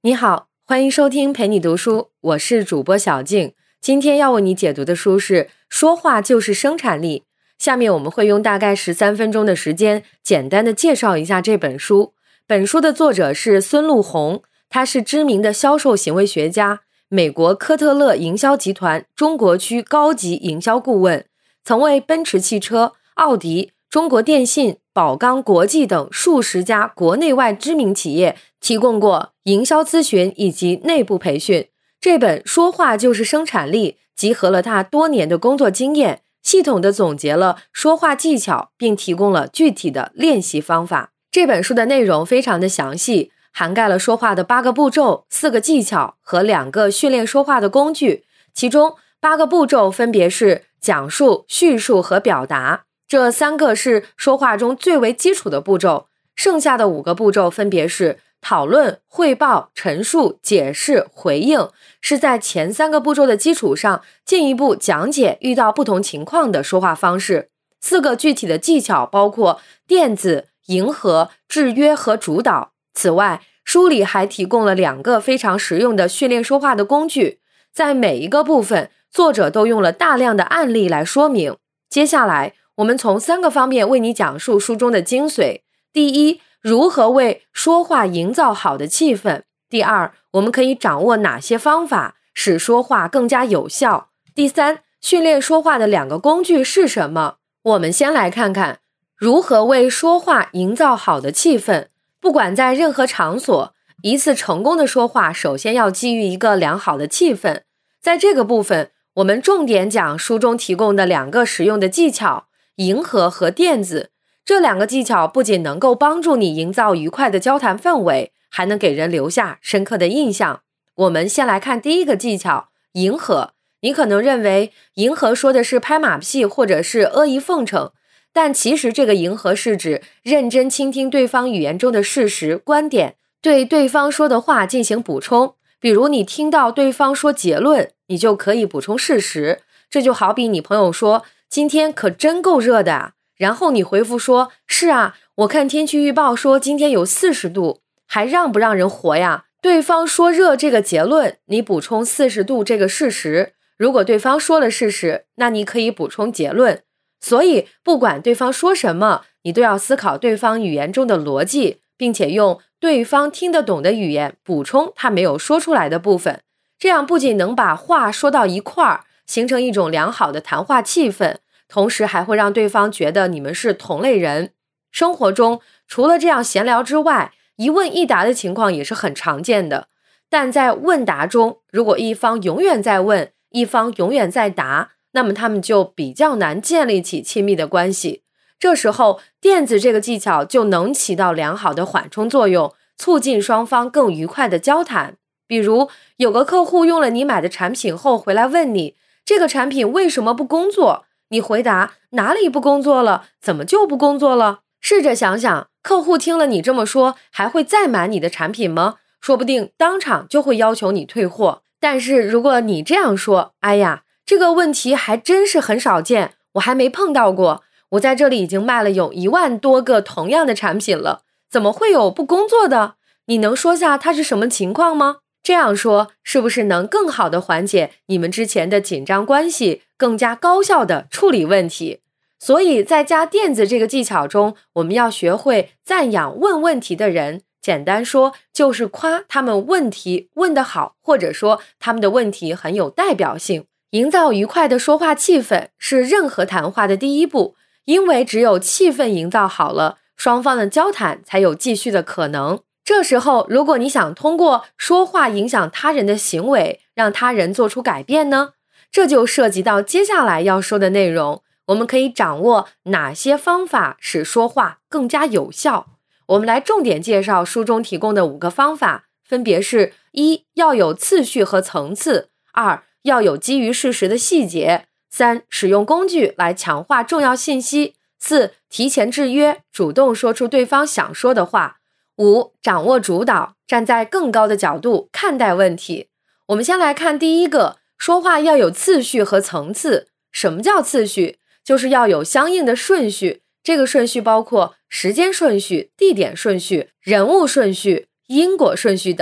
你好，欢迎收听陪你读书，我是主播小静。今天要为你解读的书是《说话就是生产力》。下面我们会用大概13分钟的时间，简单的介绍一下这本书。本书的作者是孙路红，他是知名的销售行为学家，美国科特勒营销集团中国区高级营销顾问，曾为奔驰汽车、奥迪、中国电信、宝钢国际等数十家国内外知名企业提供过营销咨询以及内部培训。这本《说话就是生产力》集合了他多年的工作经验，系统地总结了说话技巧，并提供了具体的练习方法。这本书的内容非常的详细，涵盖了说话的8个步骤、4个技巧和2个训练说话的工具。其中8个步骤分别是讲述、叙述和表达，这3个是说话中最为基础的步骤，剩下的5个步骤分别是讨论、汇报、陈述、解释、回应，是在前3个步骤的基础上进一步讲解遇到不同情况的说话方式。4个具体的技巧包括电子、迎合、制约和主导。此外，书里还提供了2个非常实用的训练说话的工具，在每一个部分，作者都用了大量的案例来说明。接下来，我们从3个方面为你讲述书中的精髓。第一，如何为说话营造好的气氛。第二，我们可以掌握哪些方法使说话更加有效。第三，训练说话的2个工具是什么？我们先来看看如何为说话营造好的气氛。不管在任何场所，一次成功的说话首先要基于一个良好的气氛。在这个部分，我们重点讲书中提供的2个实用的技巧，迎合和电子。这2个技巧不仅能够帮助你营造愉快的交谈氛围，还能给人留下深刻的印象。我们先来看第一个技巧，迎合。你可能认为迎合说的是拍马屁或者是阿谀奉承，但其实这个迎合是指认真倾听对方语言中的事实、观点，对对方说的话进行补充。比如你听到对方说结论，你就可以补充事实。这就好比你朋友说今天可真够热的啊，然后你回复说是啊，我看天气预报说今天有40度，还让不让人活呀？对方说热这个结论，你补充40度这个事实。如果对方说了事实，那你可以补充结论。所以不管对方说什么，你都要思考对方语言中的逻辑，并且用对方听得懂的语言补充他没有说出来的部分。这样不仅能把话说到一块儿，形成一种良好的谈话气氛，同时还会让对方觉得你们是同类人。生活中除了这样闲聊之外，一问一答的情况也是很常见的。但在问答中，如果一方永远在问，一方永远在答，那么他们就比较难建立起亲密的关系。这时候，电子这个技巧就能起到良好的缓冲作用，促进双方更愉快的交谈。比如，有个客户用了你买的产品后回来问你，这个产品为什么不工作？你回答，哪里不工作了？怎么就不工作了？试着想想，客户听了你这么说，还会再买你的产品吗？说不定当场就会要求你退货。但是如果你这样说，哎呀，这个问题还真是很少见，我还没碰到过，我在这里已经卖了有1万多个同样的产品了，怎么会有不工作的？你能说下它是什么情况吗？这样说是不是能更好的缓解你们之前的紧张关系，更加高效的处理问题？所以在加电子这个技巧中，我们要学会赞扬问问题的人，简单说就是夸他们问题问得好，或者说他们的问题很有代表性。营造愉快的说话气氛是任何谈话的第一步，因为只有气氛营造好了，双方的交谈才有继续的可能。这时候，如果你想通过说话影响他人的行为，让他人做出改变呢？这就涉及到接下来要说的内容。我们可以掌握哪些方法使说话更加有效？我们来重点介绍书中提供的5个方法，分别是：1. 要有次序和层次； 2. 要有基于事实的细节； 3. 使用工具来强化重要信息； 4. 提前制约，主动说出对方想说的话； 5. 掌握主导，站在更高的角度看待问题。我们先来看第一个，说话要有次序和层次。什么叫次序？就是要有相应的顺序，这个顺序包括时间顺序、地点顺序、人物顺序、因果顺序等。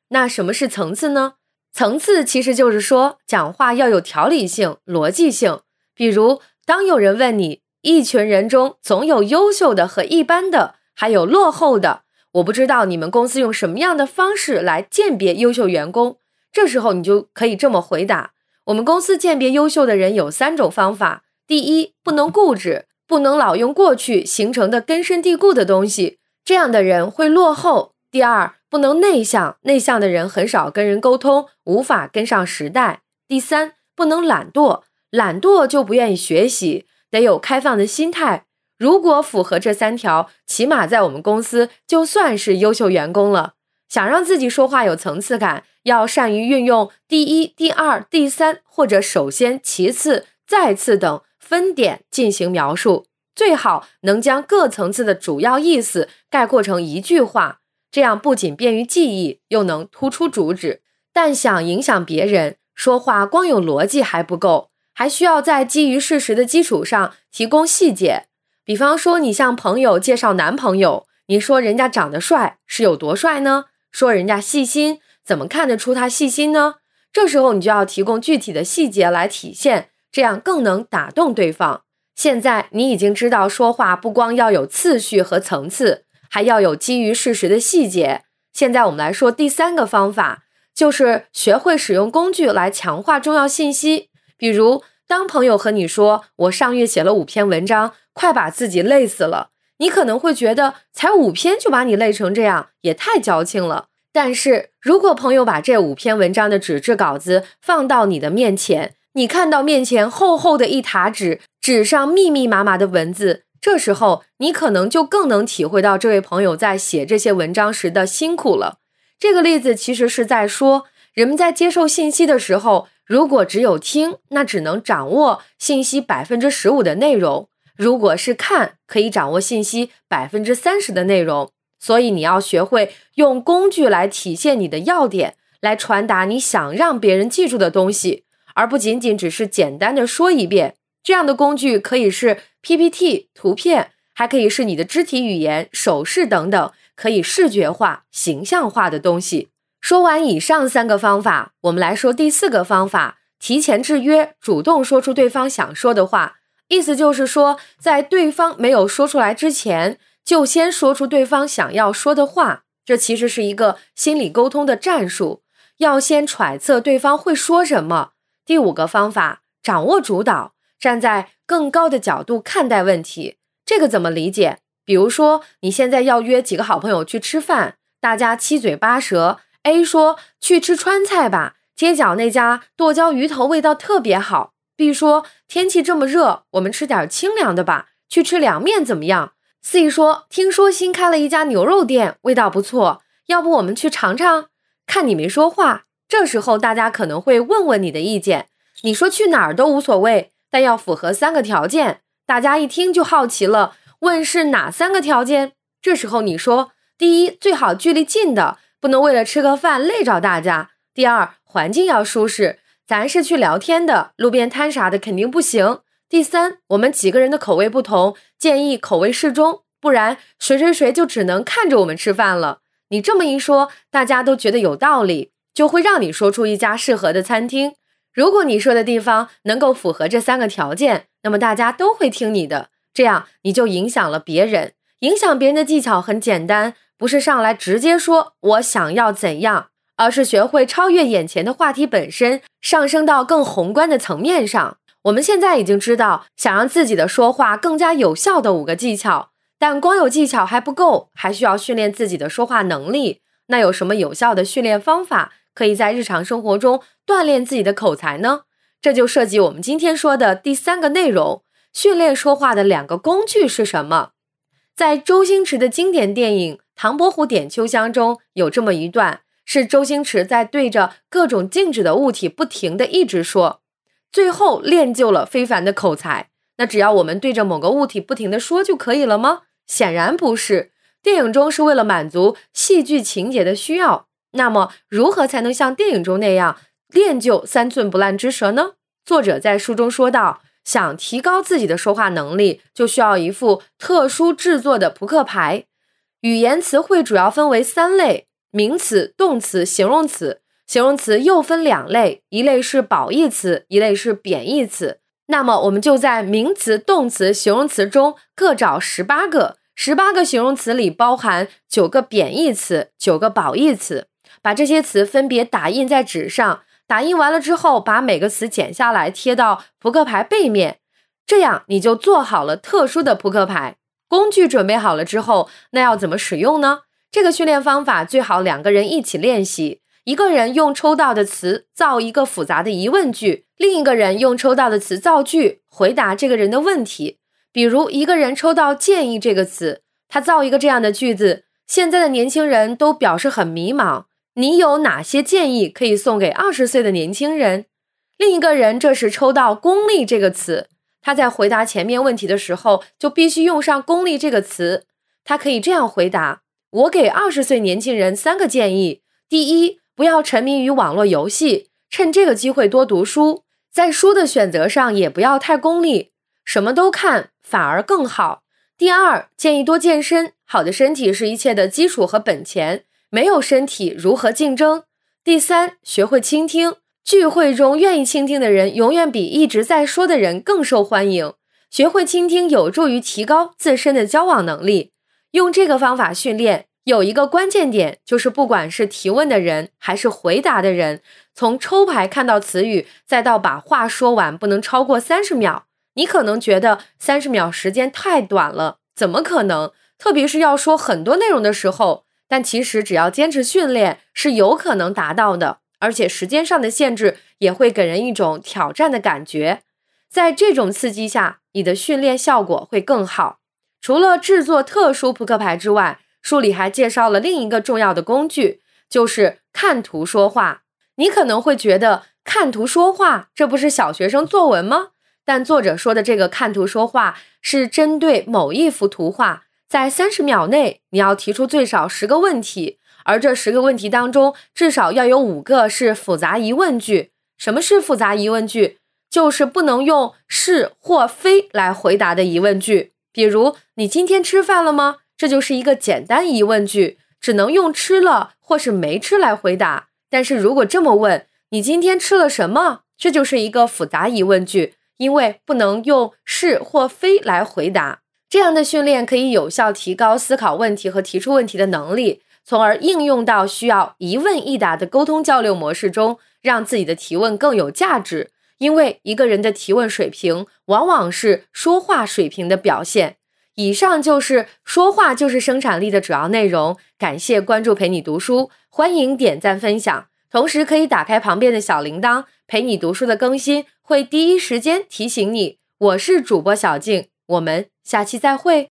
那什么是层次呢？层次其实就是说，讲话要有条理性、逻辑性。比如，当有人问你，一群人中总有优秀的和一般的，还有落后的，我不知道你们公司用什么样的方式来鉴别优秀员工。这时候你就可以这么回答，我们公司鉴别优秀的人有3种方法。第一，不能固执，不能老用过去形成的根深蒂固的东西，这样的人会落后。第二，不能内向，内向的人很少跟人沟通，无法跟上时代。第三，不能懒惰，懒惰就不愿意学习，得有开放的心态。如果符合这3条，起码在我们公司就算是优秀员工了。想让自己说话有层次感，要善于运用第一、第二、第三或者首先、其次、再次等分点进行描述，最好能将各层次的主要意思概括成一句话，这样不仅便于记忆，又能突出主旨。但想影响别人，说话光有逻辑还不够，还需要在基于事实的基础上提供细节。比方说，你向朋友介绍男朋友，你说人家长得帅，是有多帅呢？说人家细心，怎么看得出他细心呢？这时候你就要提供具体的细节来体现，这样更能打动对方。现在你已经知道说话不光要有次序和层次，还要有基于事实的细节。现在我们来说第3个方法，就是学会使用工具来强化重要信息。比如，当朋友和你说，我上月写了5篇文章，快把自己累死了，你可能会觉得才5篇就把你累成这样，也太矫情了。但是如果朋友把这5篇文章的纸质稿子放到你的面前，你看到面前厚厚的一沓纸，纸上密密麻麻的文字，这时候你可能就更能体会到这位朋友在写这些文章时的辛苦了。这个例子其实是在说，人们在接受信息的时候，如果只有听，那只能掌握信息 15% 的内容，如果是看，可以掌握信息 30% 的内容。所以你要学会用工具来体现你的要点，来传达你想让别人记住的东西，而不仅仅只是简单的说一遍。这样的工具可以是 PPT、图片，还可以是你的肢体语言、手势等等，可以视觉化、形象化的东西。说完以上3个方法，我们来说第4个方法，提前制约，主动说出对方想说的话。意思就是说，在对方没有说出来之前，就先说出对方想要说的话。这其实是一个心理沟通的战术，要先揣测对方会说什么。第5个方法，掌握主导，站在更高的角度看待问题。这个怎么理解？比如说，你现在要约几个好朋友去吃饭，大家七嘴八舌， A 说去吃川菜吧，街角那家剁椒鱼头味道特别好。 B 说天气这么热，我们吃点清凉的吧，去吃凉面怎么样？ C 说听说新开了一家牛肉店，味道不错，要不我们去尝尝？看你没说话，这时候大家可能会问问你的意见，你说去哪儿都无所谓，但要符合3个条件。大家一听就好奇了，问是哪3个条件？这时候你说，第一，最好距离近的，不能为了吃个饭累着大家。第二，环境要舒适，咱是去聊天的，路边摊啥的肯定不行。第三，我们几个人的口味不同，建议口味适中，不然谁就只能看着我们吃饭了。你这么一说，大家都觉得有道理，就会让你说出一家适合的餐厅。如果你说的地方能够符合这3个条件，那么大家都会听你的，这样你就影响了别人。影响别人的技巧很简单，不是上来直接说我想要怎样，而是学会超越眼前的话题本身，上升到更宏观的层面上。我们现在已经知道想让自己的说话更加有效的5个技巧，但光有技巧还不够，还需要训练自己的说话能力。那有什么有效的训练方法可以在日常生活中锻炼自己的口才呢？这就涉及我们今天说的第3个内容，训练说话的2个工具是什么？在周星驰的经典电影《唐伯虎点秋香》中有这么一段，是周星驰在对着各种静止的物体不停地一直说，最后练就了非凡的口才。那只要我们对着某个物体不停地说就可以了吗？显然不是。电影中是为了满足戏剧情节的需要，那么如何才能像电影中那样练就3寸不烂之舌呢？作者在书中说到，想提高自己的说话能力，就需要一副特殊制作的扑克牌。语言词汇主要分为3类， 名词、动词、形容词。形容词又分两类，一类是褒义词，一类是贬义词。那么我们就在名词、动词、形容词中各找18个，18个形容词里包含9个贬义词，9个褒义词。把这些词分别打印在纸上，打印完了之后，把每个词剪下来贴到扑克牌背面，这样你就做好了特殊的扑克牌。工具准备好了之后，那要怎么使用呢？这个训练方法最好2个人一起练习，一个人用抽到的词造一个复杂的疑问句，另一个人用抽到的词造句，回答这个人的问题。比如一个人抽到建议这个词，他造一个这样的句子：现在的年轻人都表示很迷茫，你有哪些建议可以送给20岁的年轻人？另一个人这时抽到功利这个词，他在回答前面问题的时候就必须用上功利这个词。他可以这样回答：我给20岁年轻人3个建议。第一，不要沉迷于网络游戏，趁这个机会多读书，在书的选择上也不要太功利，什么都看反而更好。第二，建议多健身，好的身体是一切的基础和本钱，没有身体如何竞争？第三，学会倾听，聚会中愿意倾听的人永远比一直在说的人更受欢迎。学会倾听有助于提高自身的交往能力。用这个方法训练，有一个关键点，就是不管是提问的人还是回答的人，从抽牌看到词语，再到把话说完，不能超过30秒。你可能觉得30秒时间太短了，怎么可能？特别是要说很多内容的时候，但其实只要坚持训练是有可能达到的，而且时间上的限制也会给人一种挑战的感觉。在这种刺激下，你的训练效果会更好。除了制作特殊扑克牌之外，书里还介绍了另一个重要的工具，就是看图说话。你可能会觉得看图说话，这不是小学生作文吗？但作者说的这个看图说话是针对某一幅图画，在30秒内你要提出最少10个问题，而这10个问题当中至少要有5个是复杂疑问句。什么是复杂疑问句？就是不能用是或非来回答的疑问句。比如你今天吃饭了吗？这就是一个简单疑问句，只能用吃了或是没吃来回答。但是如果这么问，你今天吃了什么？这就是一个复杂疑问句，因为不能用是或非来回答。这样的训练可以有效提高思考问题和提出问题的能力，从而应用到需要一问一答的沟通交流模式中，让自己的提问更有价值。因为一个人的提问水平往往是说话水平的表现。以上就是说话就是生产力的主要内容，感谢关注陪你读书，欢迎点赞分享，同时可以打开旁边的小铃铛，陪你读书的更新会第一时间提醒你。我是主播小静，我们下期再会。